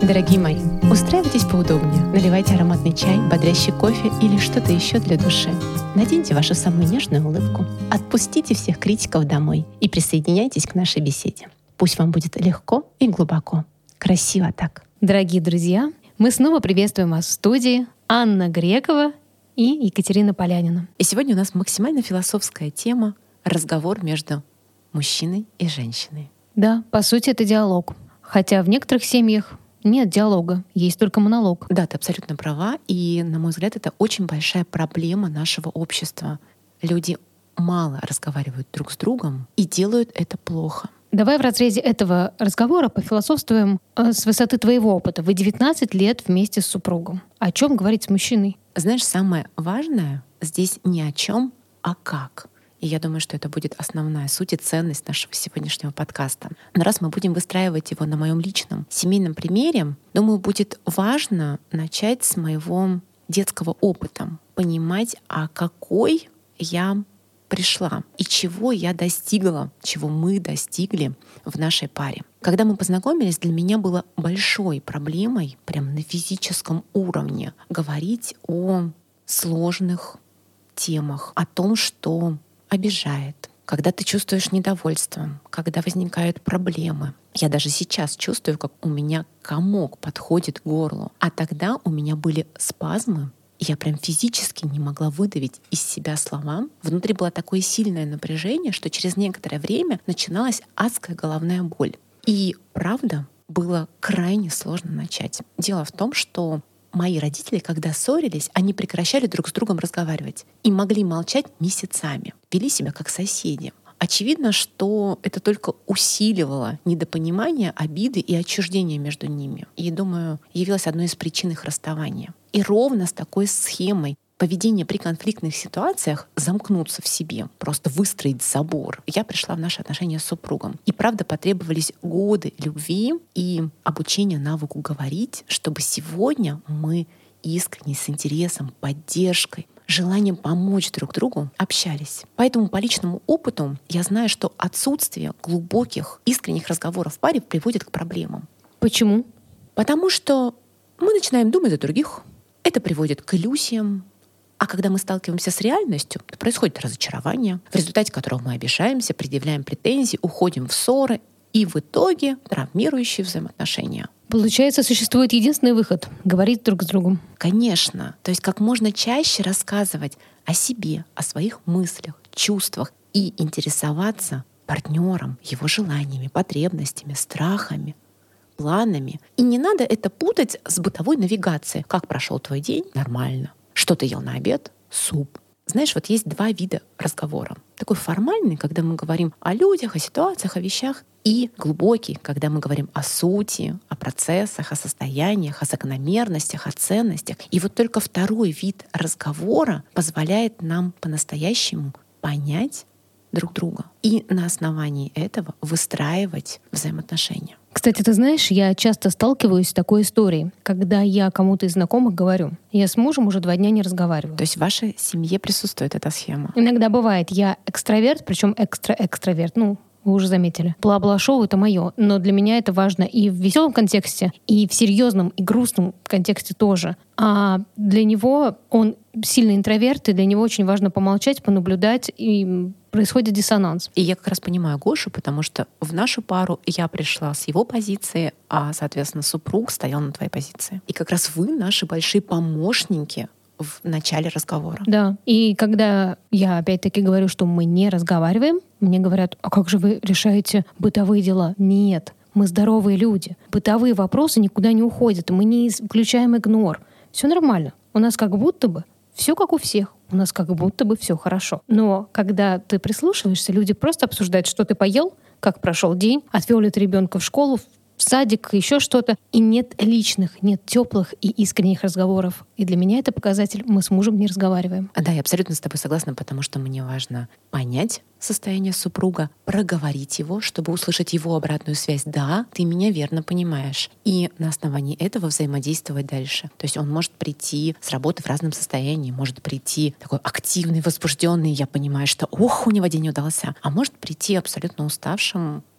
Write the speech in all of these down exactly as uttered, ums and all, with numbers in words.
Дорогие мои, устраивайтесь поудобнее, наливайте ароматный чай, бодрящий кофе или что-то еще для души. Наденьте вашу самую нежную улыбку, отпустите всех критиков домой и присоединяйтесь к нашей беседе. Пусть вам будет легко и глубоко. Красиво так. Дорогие друзья, мы снова приветствуем вас в студии. Анна Грекова и Екатерина Полянина. И сегодня у нас максимально философская тема — разговор между мужчиной и женщиной. Да, по сути, это диалог. Хотя в некоторых семьях нет диалога, есть только монолог. Да, ты абсолютно права. И, на мой взгляд, это очень большая проблема нашего общества. Люди мало разговаривают друг с другом и делают это плохо. Давай в разрезе этого разговора пофилософствуем с высоты твоего опыта. Вы девятнадцать лет вместе с супругом. О чем говорить с мужчиной? Знаешь, самое важное здесь не о чем, а как. И я думаю, что это будет основная суть и ценность нашего сегодняшнего подкаста. Но раз мы будем выстраивать его на моем личном семейном примере, думаю, будет важно начать с моего детского опыта, понимать, а какой я пришла и чего я достигла, чего мы достигли в нашей паре. Когда мы познакомились, для меня было большой проблемой, прям на физическом уровне, говорить о сложных темах, о том, что обижает, когда ты чувствуешь недовольство, когда возникают проблемы. Я даже сейчас чувствую, как у меня комок подходит к горлу. А тогда у меня были спазмы, и я прям физически не могла выдавить из себя слова. Внутри было такое сильное напряжение, что через некоторое время начиналась адская головная боль. И правда, было крайне сложно начать. Дело в том, что мои родители, когда ссорились, они прекращали друг с другом разговаривать и могли молчать месяцами, вели себя как соседи. Очевидно, что это только усиливало недопонимание, обиды и отчуждение между ними. И, думаю, явилось одной из причин их расставания. И ровно с такой схемой поведения при конфликтных ситуациях замкнуться в себе, просто выстроить забор. Я пришла в наши отношения с супругом. И правда потребовались годы любви и обучения навыку говорить, чтобы сегодня мы искренне, с интересом, поддержкой, желанием помочь друг другу общались. Поэтому по личному опыту я знаю, что отсутствие глубоких, искренних разговоров в паре приводит к проблемам. Почему? Потому что мы начинаем думать о других. Это приводит к иллюзиям. А когда мы сталкиваемся с реальностью, то происходит разочарование, в результате которого мы обижаемся, предъявляем претензии, уходим в ссоры и в итоге травмирующие взаимоотношения. Получается, существует единственный выход — говорить друг с другом. Конечно. То есть как можно чаще рассказывать о себе, о своих мыслях, чувствах и интересоваться партнером, его желаниями, потребностями, страхами, планами. И не надо это путать с бытовой навигацией. Как прошел твой день? Нормально. Что ты ел на обед? Суп. Знаешь, вот есть два вида разговора. Такой формальный, когда мы говорим о людях, о ситуациях, о вещах, и глубокий, когда мы говорим о сути, о процессах, о состояниях, о закономерностях, о ценностях. И вот только второй вид разговора позволяет нам по-настоящему понять друг друга и на основании этого выстраивать взаимоотношения. Кстати, ты знаешь, я часто сталкиваюсь с такой историей, когда я кому-то из знакомых говорю: я с мужем уже два дня не разговариваю. То есть в вашей семье присутствует эта схема? Иногда бывает, я экстраверт, причем экстра-экстраверт, ну, вы уже заметили. Бла-бла-шоу — это мое, но для меня это важно и в веселом контексте, и в серьезном и грустном контексте тоже. А для него он сильный интроверт, и для него очень важно помолчать, понаблюдать, и происходит диссонанс. И я как раз понимаю Гошу, потому что в нашу пару я пришла с его позиции, а, соответственно, супруг стоял на твоей позиции. И как раз вы наши большие помощники в начале разговора. Да. И когда я опять-таки говорю, что мы не разговариваем, мне говорят: а как же вы решаете бытовые дела? Нет, мы здоровые люди. Бытовые вопросы никуда не уходят, мы не включаем игнор. Все нормально. У нас как будто бы все как у всех. У нас как будто бы все хорошо. Но когда ты прислушиваешься, люди просто обсуждают, что ты поел, как прошел день, отвел ли ты ребенка в школу, в садик, еще что-то. И нет личных, нет теплых и искренних разговоров. И для меня это показатель: мы с мужем не разговариваем. Да, я абсолютно с тобой согласна, потому что мне важно понять состояние супруга, проговорить его, чтобы услышать его обратную связь. Да, ты меня верно понимаешь. И на основании этого взаимодействовать дальше. То есть он может прийти с работы в разном состоянии, может прийти такой активный, возбужденный, я понимаю, что ох, у него день удался, а может прийти абсолютно уставшим,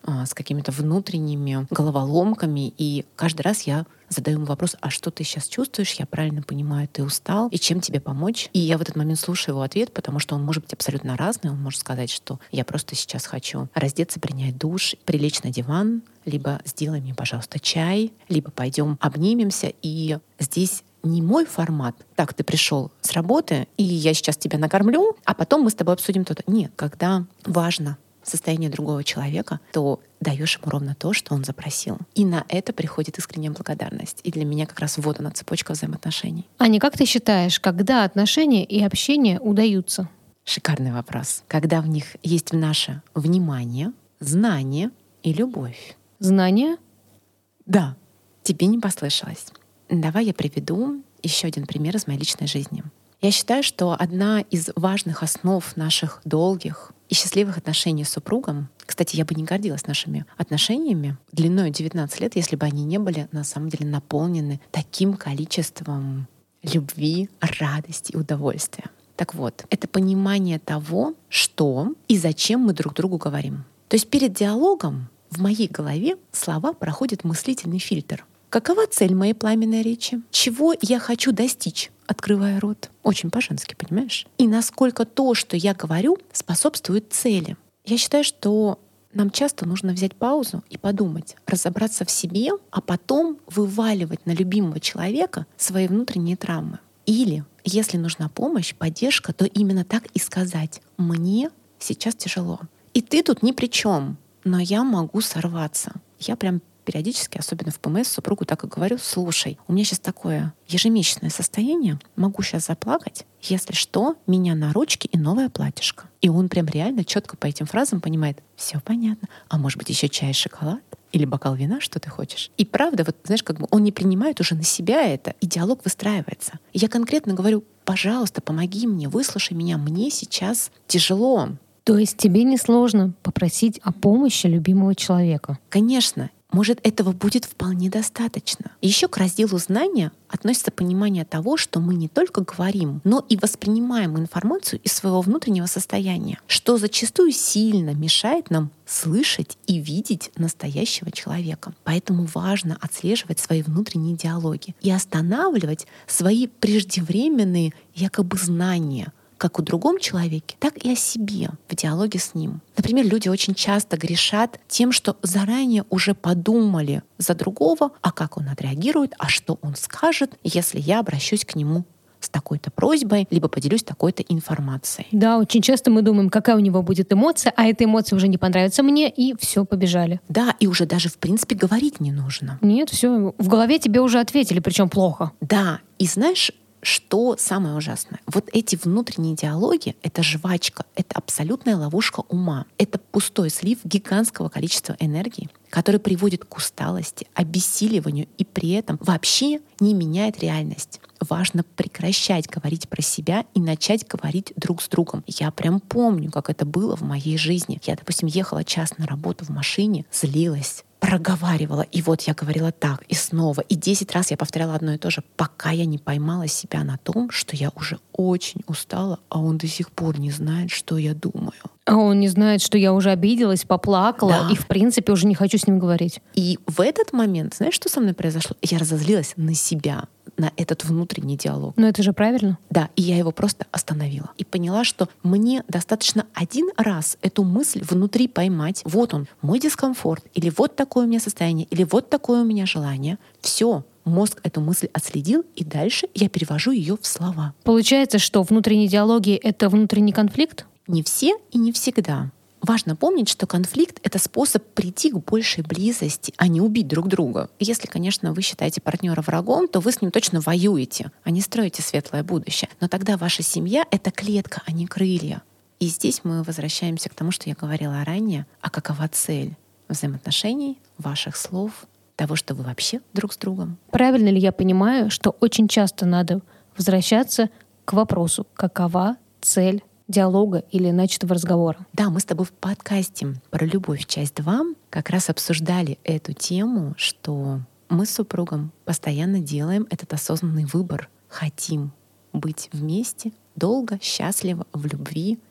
а, с какими-то внутренними головоломками. И каждый раз я задаю ему вопрос: а что ты сейчас чувствуешь? Я правильно понимаю, ты устал, и чем тебе помочь? И я в этот момент слушаю его ответ, потому что он может быть абсолютно разный. Он может сказать, что я просто сейчас хочу раздеться, принять душ, прилечь на диван, либо сделай мне, пожалуйста, чай, либо пойдем обнимемся. И здесь не мой формат. Так, ты пришел с работы, и я сейчас тебя накормлю, а потом мы с тобой обсудим то-то. Нет, когда важно состояние другого человека, то даешь ему ровно то, что он запросил. И на это приходит искренняя благодарность. И для меня как раз вот она, цепочка взаимоотношений. Аня, как ты считаешь, когда отношения и общение удаются? Шикарный вопрос. Когда в них есть наше внимание, знание и любовь. Знание? Да, тебе не послышалось. Давай я приведу еще один пример из моей личной жизни. Я считаю, что одна из важных основ наших долгих и счастливых отношений с супругом, кстати, я бы не гордилась нашими отношениями длиной девятнадцать лет, если бы они не были на самом деле наполнены таким количеством любви, радости и удовольствия. Так вот, это понимание того, что и зачем мы друг другу говорим. То есть перед диалогом в моей голове слова проходят мыслительный фильтр. Какова цель моей пламенной речи? Чего я хочу достичь, открывая рот? Очень по-женски, понимаешь? И насколько то, что я говорю, способствует цели. Я считаю, что нам часто нужно взять паузу и подумать, разобраться в себе, а потом вываливать на любимого человека свои внутренние травмы. Или, если нужна помощь, поддержка, то именно так и сказать: «Мне сейчас тяжело. И ты тут ни при чем, но я могу сорваться». Я прям периодически, особенно в ПМС, супругу так и говорю: слушай, у меня сейчас такое ежемесячное состояние, могу сейчас заплакать, если что, меня на ручки и новое платьишко. И он прям реально четко по этим фразам понимает: все понятно, а может быть еще чай и шоколад? Или бокал вина, что ты хочешь. И правда, вот знаешь, как бы он не принимает уже на себя это, и диалог выстраивается. И я конкретно говорю: пожалуйста, помоги мне, выслушай меня, мне сейчас тяжело. То есть тебе несложно попросить о помощи любимого человека? Конечно. Может, этого будет вполне достаточно. Еще к разделу знания относится понимание того, что мы не только говорим, но и воспринимаем информацию из своего внутреннего состояния, что зачастую сильно мешает нам слышать и видеть настоящего человека. Поэтому важно отслеживать свои внутренние диалоги и останавливать свои преждевременные якобы знания, как о другом человеке, так и о себе в диалоге с ним. Например, люди очень часто грешат тем, что заранее уже подумали за другого, а как он отреагирует, а что он скажет, если я обращусь к нему с такой-то просьбой, либо поделюсь такой-то информацией. Да, очень часто мы думаем, какая у него будет эмоция, а эта эмоция уже не понравится мне, и все, побежали. Да, и уже даже в принципе говорить не нужно. Нет, все, в голове тебе уже ответили, причем плохо. Да, и знаешь, что самое ужасное? Вот эти внутренние диалоги — это жвачка, это абсолютная ловушка ума. Это пустой слив гигантского количества энергии, который приводит к усталости, обессиливанию и при этом вообще не меняет реальность. Важно прекращать говорить про себя и начать говорить друг с другом. Я прям помню, как это было в моей жизни. Я, допустим, ехала час на работу в машине, злилась, проговаривала, и вот я говорила так, и снова, и десять раз я повторяла одно и то же, пока я не поймала себя на том, что я уже очень устала, а он до сих пор не знает, что я думаю. А он не знает, что я уже обиделась, поплакала, Да. и в принципе уже не хочу с ним говорить. И в этот момент, знаешь, что со мной произошло? Я разозлилась на себя, на этот внутренний диалог. Но это же правильно. Да, и я его просто остановила. И поняла, что мне достаточно один раз эту мысль внутри поймать. Вот он, мой дискомфорт, или вот такое у меня состояние, или вот такое у меня желание. Все, мозг эту мысль отследил, и дальше я перевожу ее в слова. Получается, что внутренние диалоги — это внутренний конфликт? Не все и не всегда. Важно помнить, что конфликт — это способ прийти к большей близости, а не убить друг друга. Если, конечно, вы считаете партнера врагом, то вы с ним точно воюете, а не строите светлое будущее. Но тогда ваша семья — это клетка, а не крылья. И здесь мы возвращаемся к тому, что я говорила ранее, а какова цель взаимоотношений, ваших слов, того, что вы вообще друг с другом. Правильно ли я понимаю, что очень часто надо возвращаться к вопросу, какова цель диалога или начатого разговора? Да, мы с тобой в подкасте про любовь, часть два, как раз обсуждали эту тему, что мы с супругом постоянно делаем этот осознанный выбор. Хотим быть вместе долго, счастливо, в любви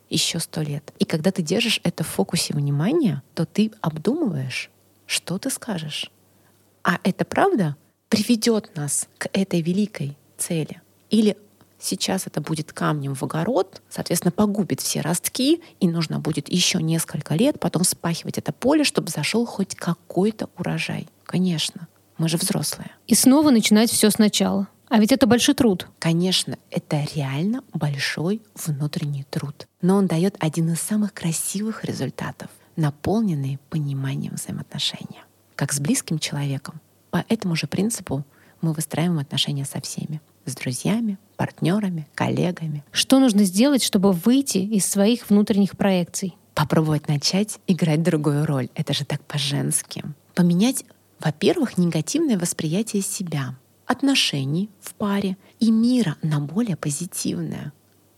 еще сто лет. И когда ты держишь это в фокусе внимания, то ты обдумываешь, что ты скажешь. А это правда приведет нас к этой великой цели? Или сейчас это будет камнем в огород, соответственно, погубит все ростки, и нужно будет еще несколько лет потом вспахивать это поле, чтобы зашел хоть какой-то урожай? Конечно, мы же взрослые. И снова начинать все сначала. А ведь это большой труд. Конечно, это реально большой внутренний труд. Но он дает один из самых красивых результатов, наполненный пониманием взаимоотношения. Как с близким человеком. По этому же принципу мы выстраиваем отношения со всеми. С друзьями, партнерами, коллегами. Что нужно сделать, чтобы выйти из своих внутренних проекций? Попробовать начать играть другую роль. Это же так по-женски. Поменять, во-первых, негативное восприятие себя, отношений в паре и мира на более позитивное.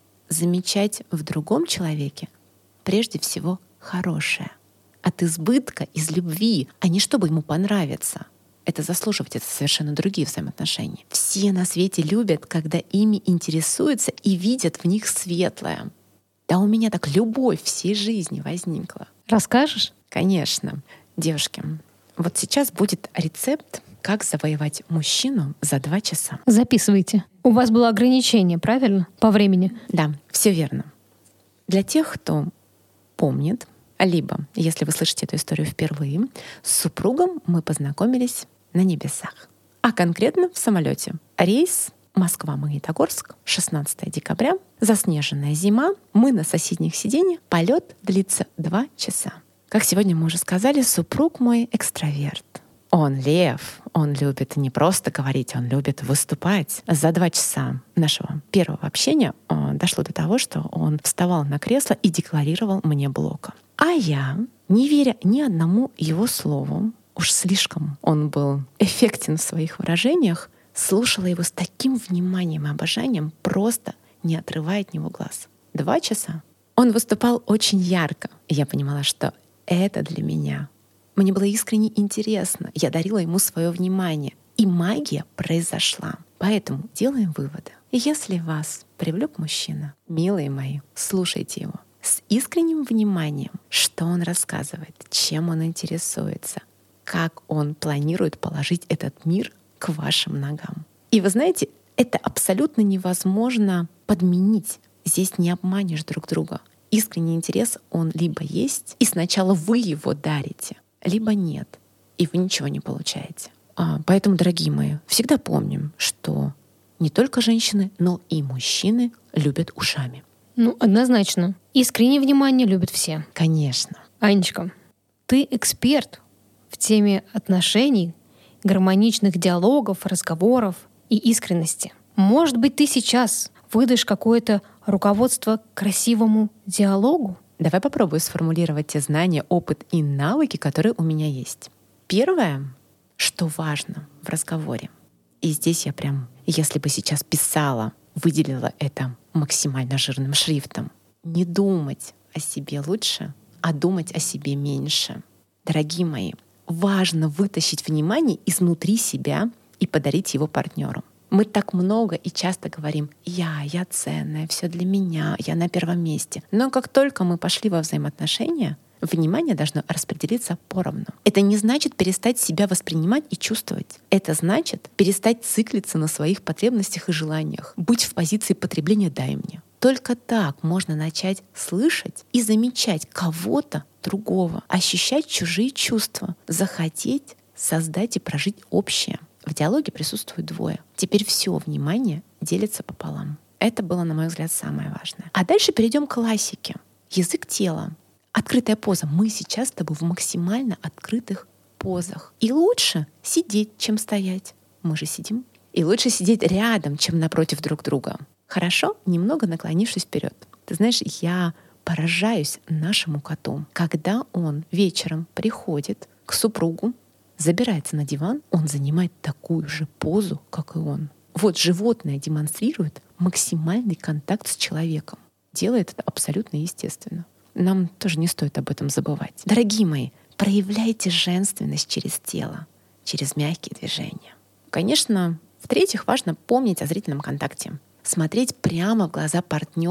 Замечать в другом человеке прежде всего хорошее. От избытка, из любви, а не чтобы ему понравиться. Это заслуживать, это совершенно другие взаимоотношения. Все на свете любят, когда ими интересуются и видят в них светлое. Да у меня так любовь всей жизни возникла. Расскажешь? Конечно. Девушки, вот сейчас будет рецепт, как завоевать мужчину за два часа. Записывайте. У вас было ограничение, правильно? По времени? Да, все верно. Для тех, кто помнит, либо, если вы слышите эту историю впервые, с супругом мы познакомились на небесах. А конкретно в самолете. Рейс Москва-Магнитогорск, шестнадцатого декабря, заснеженная зима, мы на соседних сиденьях, полет длится два часа. Как сегодня мы уже сказали, супруг мой экстраверт. Он лев, он любит не просто говорить, он любит выступать. За два часа нашего первого общения дошло до того, что он вставал на кресло и декларировал мне блока. А я, не веря ни одному его слову, уж слишком он был эффектен в своих выражениях, слушала его с таким вниманием и обожанием, просто не отрывая от него глаз. Два часа. Он выступал очень ярко, и я понимала, что это для меня. Мне было искренне интересно. Я дарила ему свое внимание. И магия произошла. Поэтому делаем выводы. Если вас привлек мужчина, милые мои, слушайте его с искренним вниманием, что он рассказывает, чем он интересуется, как он планирует положить этот мир к вашим ногам. И вы знаете, это абсолютно невозможно подменить. Здесь не обманешь друг друга. Искренний интерес, он либо есть, и сначала вы его дарите, либо нет, и вы ничего не получаете. А, поэтому, дорогие мои, всегда помним, что не только женщины, но и мужчины любят ушами. Ну, однозначно. Искреннее внимание любят все. Конечно. Анечка, ты эксперт в теме отношений, гармоничных диалогов, разговоров и искренности. Может быть, ты сейчас выдашь какое-то руководство к красивому диалогу? Давай попробую сформулировать те знания, опыт и навыки, которые у меня есть. Первое, что важно в разговоре, и здесь я прям, если бы сейчас писала, выделила это максимально жирным шрифтом, не думать о себе лучше, а думать о себе меньше. Дорогие мои, важно вытащить внимание изнутри себя и подарить его партнеру. Мы так много и часто говорим «я, я ценная, все для меня, я на первом месте». Но как только мы пошли во взаимоотношения, внимание должно распределиться поровну. Это не значит перестать себя воспринимать и чувствовать. Это значит перестать циклиться на своих потребностях и желаниях, быть в позиции потребления «дай мне». Только так можно начать слышать и замечать кого-то другого, ощущать чужие чувства, захотеть создать и прожить общее. В диалоге присутствуют двое. Теперь все внимание делится пополам. Это было, на мой взгляд, самое важное. А дальше перейдем к классике. Язык тела. Открытая поза. Мы сейчас с тобой в максимально открытых позах. И лучше сидеть, чем стоять. Мы же сидим. И лучше сидеть рядом, чем напротив друг друга. Хорошо? Немного наклонившись вперед. Ты знаешь, я поражаюсь нашему коту. Когда он вечером приходит к супругу, забирается на диван, он занимает такую же позу, как и он. Вот животное демонстрирует максимальный контакт с человеком. Делает это абсолютно естественно. Нам тоже не стоит об этом забывать. Дорогие мои, проявляйте женственность через тело, через мягкие движения. Конечно, в-третьих, важно помнить о зрительном контакте. Смотреть прямо в глаза партнеру,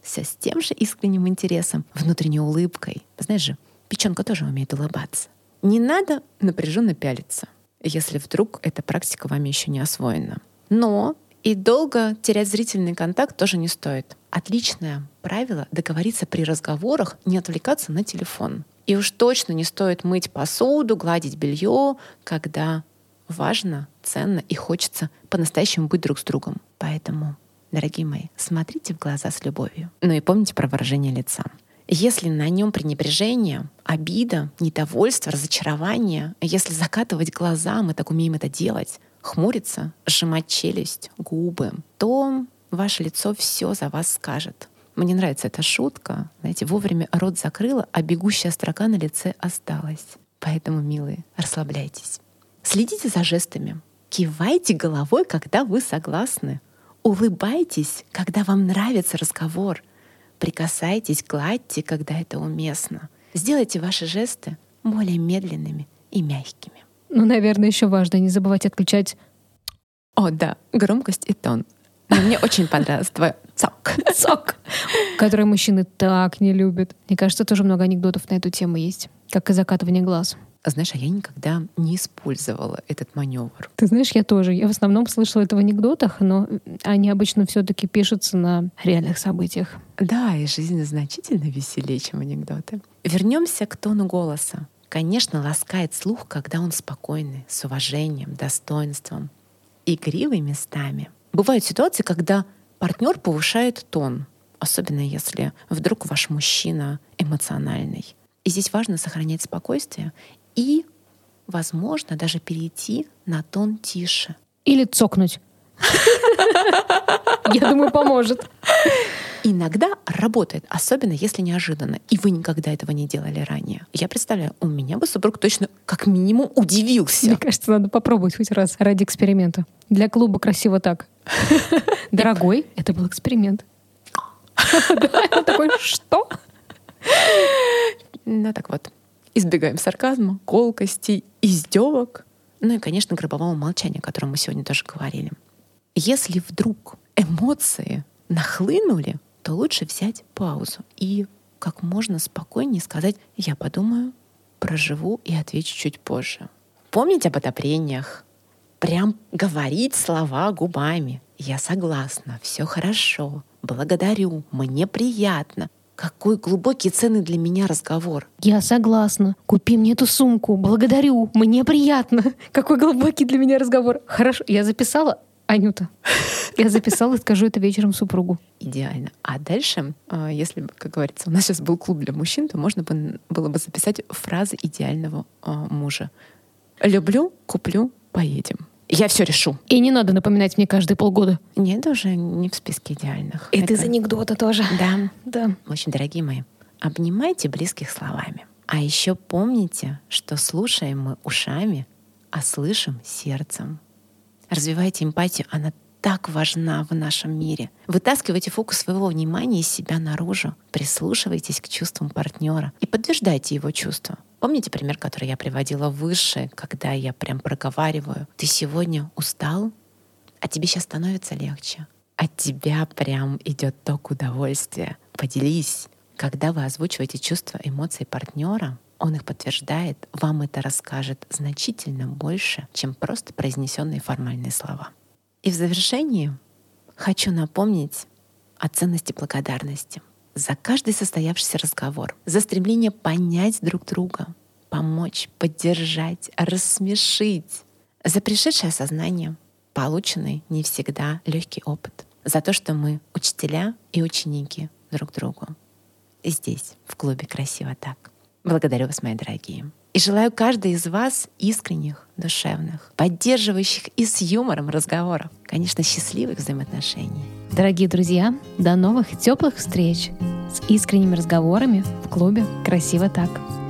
все с тем же искренним интересом, внутренней улыбкой. Знаешь же, печенка тоже умеет улыбаться. Не надо напряженно пялиться, если вдруг эта практика вами еще не освоена. Но и долго терять зрительный контакт тоже не стоит. Отличное правило — договориться при разговорах не отвлекаться на телефон. И уж точно не стоит мыть посуду, гладить белье, когда важно, ценно и хочется по-настоящему быть друг с другом. Поэтому, дорогие мои, смотрите в глаза с любовью. Ну и помните про выражение лица. Если на нем пренебрежение, обида, недовольство, разочарование, если закатывать глаза, мы так умеем это делать, хмуриться, сжимать челюсть, губы, то ваше лицо все за вас скажет. Мне нравится эта шутка. Знаете, вовремя рот закрыла, а бегущая строка на лице осталась. Поэтому, милые, расслабляйтесь. Следите за жестами. Кивайте головой, когда вы согласны. Улыбайтесь, когда вам нравится разговор. Прикасайтесь, гладьте, когда это уместно. Сделайте ваши жесты более медленными и мягкими. Ну, наверное, еще важно не забывать отключать... О, да, громкость и тон. Но мне очень понравилось твой цок. Цок, который мужчины так не любят. Мне кажется, тоже много анекдотов на эту тему есть, как и закатывание глаз. Знаешь, а я никогда не использовала этот маневр. Ты знаешь, я тоже. Я в основном слышала это в анекдотах, но они обычно все-таки пишутся на реальных событиях. Да, и жизнь значительно веселее, чем анекдоты. Вернемся к тону голоса. Конечно, ласкает слух, когда он спокойный, с уважением, достоинством, игривый местами. Бывают ситуации, когда партнер повышает тон, особенно если вдруг ваш мужчина эмоциональный. И здесь важно сохранять спокойствие и, возможно, даже перейти на тон тише. Или цокнуть. Я думаю, поможет. Иногда работает, особенно если неожиданно, и вы никогда этого не делали ранее. Я представляю, у меня бы супруг точно как минимум удивился. Мне кажется, надо попробовать хоть раз ради эксперимента. Для клуба красиво так. Дорогой, это был эксперимент. Он такой, что? Ну так вот, избегаем сарказма, колкостей, издевок, ну и, конечно, гробового молчания, о котором мы сегодня тоже говорили. Если вдруг эмоции нахлынули, то лучше взять паузу и как можно спокойнее сказать: «Я подумаю, проживу и отвечу чуть позже». Помнить об одобрениях, прям говорить слова губами. «Я согласна, все хорошо, благодарю, мне приятно». Какой глубокий и ценный для меня разговор. Я согласна. Купи мне эту сумку. Благодарю. Мне приятно. Какой глубокий для меня разговор. Хорошо. Я записала, Анюта. Я записала и скажу это вечером супругу. Идеально. А дальше, если бы, как говорится, у нас сейчас был клуб для мужчин, то можно было бы записать фразы идеального мужа. «Люблю, куплю, поедем». Я все решу. И не надо напоминать мне каждые полгода. Нет, это уже не в списке идеальных. Это, это из анекдота тоже. Да. Да. Очень дорогие мои, обнимайте близких словами. А еще помните, что слушаем мы ушами, а слышим сердцем. Развивайте эмпатию, она так важна в нашем мире. Вытаскивайте фокус своего внимания из себя наружу. Прислушивайтесь к чувствам партнера и подтверждайте его чувства. Помните пример, который я приводила выше, когда я прям проговариваю: «Ты сегодня устал, а тебе сейчас становится легче. От тебя прям идет ток удовольствия. Поделись». Когда вы озвучиваете чувства, эмоции партнера, он их подтверждает, вам это расскажет значительно больше, чем просто произнесенные формальные слова. И в завершении хочу напомнить о ценности благодарности за каждый состоявшийся разговор, за стремление понять друг друга, помочь, поддержать, рассмешить, за пришедшее осознание, полученный не всегда легкий опыт, за то, что мы учителя и ученики друг другу. Здесь, в клубе «Красиво так». Благодарю вас, мои дорогие. И желаю каждой из вас искренних, душевных, поддерживающих и с юмором разговоров. Конечно, счастливых взаимоотношений. Дорогие друзья, до новых теплых встреч с искренними разговорами в клубе «Красиво так».